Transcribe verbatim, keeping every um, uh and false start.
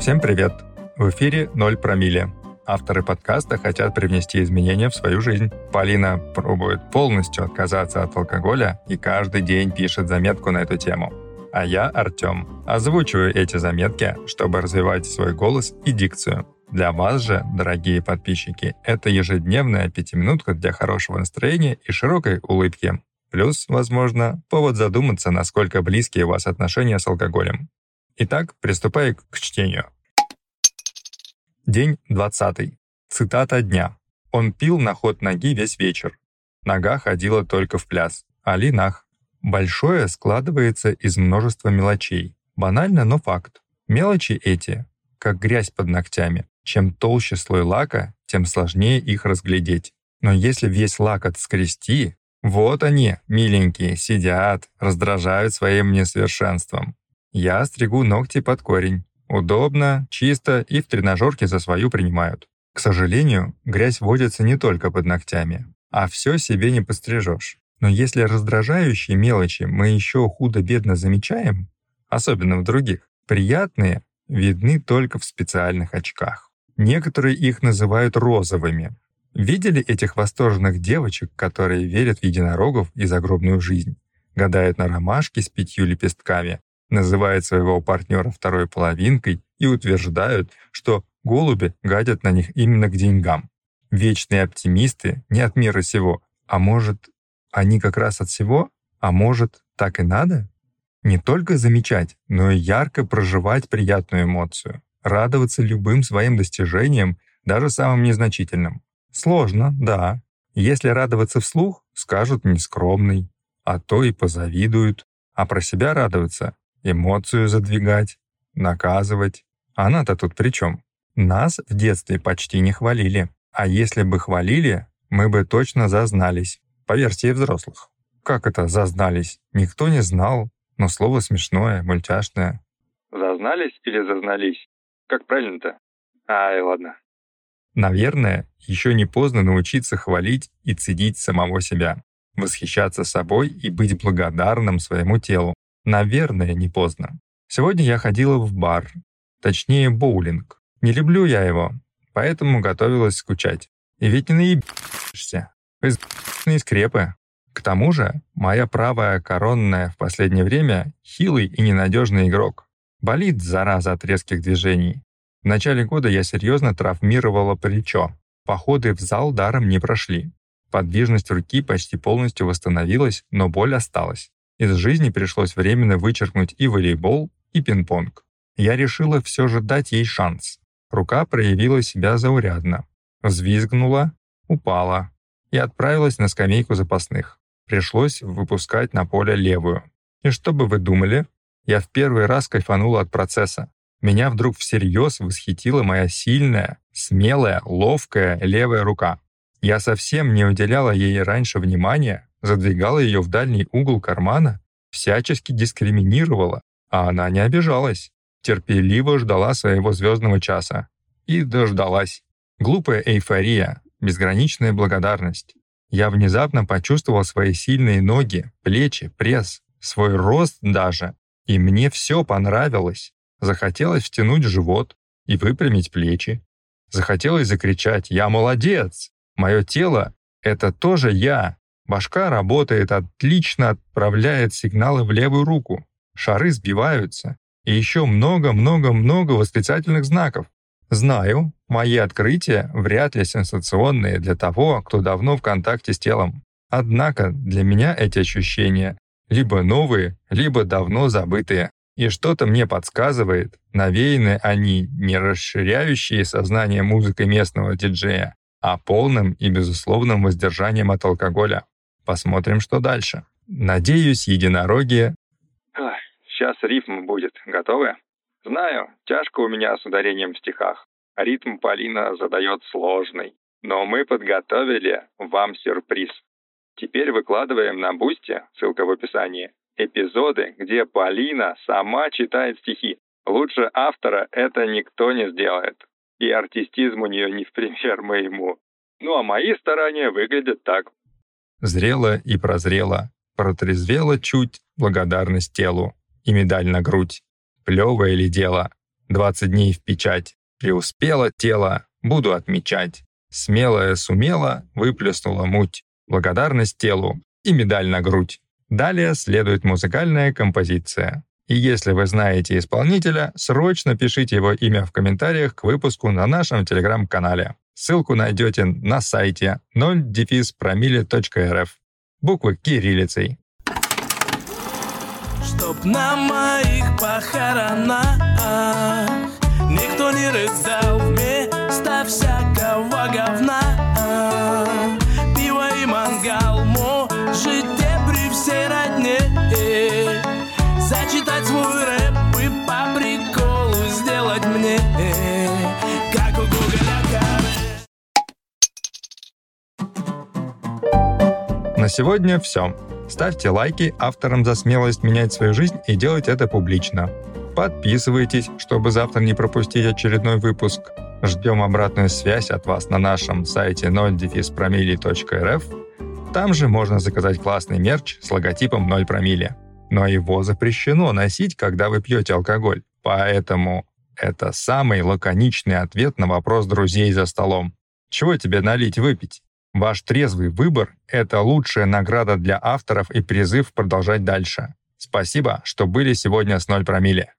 Всем привет! В эфире «Ноль промилле». Авторы подкаста хотят привнести изменения в свою жизнь. Полина пробует полностью отказаться от алкоголя и каждый день пишет заметку на эту тему. А я, Артем, озвучиваю эти заметки, чтобы развивать свой голос и дикцию. Для вас же, дорогие подписчики, это ежедневная пятиминутка для хорошего настроения и широкой улыбки. Плюс, возможно, повод задуматься, насколько близкие у вас отношения с алкоголем. Итак, приступаю к чтению. День двадцатый. Цитата дня. Он пил на ход ноги весь вечер. Нога ходила только в пляс. Али нах. Большое складывается из множества мелочей. Банально, но факт. Мелочи эти, как грязь под ногтями. Чем толще слой лака, тем сложнее их разглядеть. Но если весь лак отскрести, вот они, миленькие, сидят, раздражают своим несовершенством. Я стригу ногти под корень. Удобно, чисто и в тренажерке за свою принимают. К сожалению, грязь водится не только под ногтями, а все себе не пострижешь. Но если раздражающие мелочи мы еще худо-бедно замечаем, особенно в других, приятные видны только в специальных очках. Некоторые их называют розовыми. Видели этих восторженных девочек, которые верят в единорогов и загробную жизнь, гадают на ромашки с пятью лепестками, называют своего партнера второй половинкой и утверждают, что голуби гадят на них именно к деньгам. Вечные оптимисты не от мира сего, а может, они как раз от всего, а может, так и надо? Не только замечать, но и ярко проживать приятную эмоцию, радоваться любым своим достижениям, даже самым незначительным. Сложно, да. Если радоваться вслух, скажут нескромный, а то и позавидуют, а про себя радоваться — эмоцию задвигать, наказывать. Она-то тут при чем? Нас в детстве почти не хвалили. А если бы хвалили, мы бы точно зазнались, по версии взрослых. Как это «зазнались»? Никто не знал, но слово смешное, мультяшное. Зазнались или зазнались? Как правильно-то? Ай, ладно. Наверное, еще не поздно научиться хвалить и ценить самого себя, восхищаться собой и быть благодарным своему телу. Наверное, не поздно. Сегодня я ходила в бар, точнее боулинг. Не люблю я его, поэтому готовилась скучать. И ведь не наебешься. Из***ные скрепы. К тому же, моя правая коронная в последнее время хилый и ненадежный игрок. Болит, зараза, от резких движений. В начале года я серьезно травмировала плечо. Походы в зал даром не прошли. Подвижность руки почти полностью восстановилась, но боль осталась. Из жизни пришлось временно вычеркнуть и волейбол, и пинг-понг. Я решила все же дать ей шанс. Рука проявила себя заурядно. Взвизгнула, упала и отправилась на скамейку запасных. Пришлось выпускать на поле левую. И что бы вы думали? Я в первый раз кайфанула от процесса. Меня вдруг всерьез восхитила моя сильная, смелая, ловкая левая рука. Я совсем не уделяла ей раньше внимания, задвигала ее в дальний угол кармана, всячески дискриминировала, а она не обижалась. Терпеливо ждала своего звездного часа. И дождалась. Глупая эйфория, безграничная благодарность. Я внезапно почувствовал свои сильные ноги, плечи, пресс, свой рост даже. И мне все понравилось. Захотелось втянуть живот и выпрямить плечи. Захотелось закричать «Я молодец! Мое тело — это тоже я!» Башка работает отлично, отправляет сигналы в левую руку. Шары сбиваются. И еще много-много-много восклицательных знаков. Знаю, мои открытия вряд ли сенсационные для того, кто давно в контакте с телом. Однако для меня эти ощущения либо новые, либо давно забытые. И что-то мне подсказывает, навеяны они не расширяющие сознание музыкой местного диджея, а полным и безусловным воздержанием от алкоголя. Посмотрим, что дальше. Надеюсь, единороги... Ах, сейчас рифм будет. Готовы? Знаю, тяжко у меня с ударением в стихах. Ритм Полина задает сложный. Но мы подготовили вам сюрприз. Теперь выкладываем на Бусти, ссылка в описании, эпизоды, где Полина сама читает стихи. Лучше автора это никто не сделает. И артистизм у нее не в пример моему. Ну а мои старания выглядят так. Зрела и прозрела, протрезвела чуть, благодарность телу, и медаль на грудь. Плевое ли дело? двадцать дней в печать. Преуспело тело, буду отмечать. Смелая сумела, выплеснула муть. Благодарность телу и медаль на грудь. Далее следует музыкальная композиция. И если вы знаете исполнителя, срочно пишите его имя в комментариях к выпуску на нашем телеграм-канале. Ссылку найдете на сайте ноль дефис промилле точка эр эф. Буквы кириллицей. Чтоб на моих похоронах никто не рыдал вместо всякого говна. Пиво и мангал, можете при всей родне зачитать свой рэп и по приколу сделать мне, как у Гоголя каре. На сегодня все. Ставьте лайки авторам за смелость менять свою жизнь и делать это публично. Подписывайтесь, чтобы завтра не пропустить очередной выпуск. Ждем обратную связь от вас на нашем сайте ноль дефис промилле точка эр эф. Там же можно заказать классный мерч с логотипом ноль промилле. Но его запрещено носить, когда вы пьете алкоголь. Поэтому это самый лаконичный ответ на вопрос друзей за столом. Чего тебе налить выпить? Ваш трезвый выбор — это лучшая награда для авторов и призыв продолжать дальше. Спасибо, что были сегодня с ноль промилле.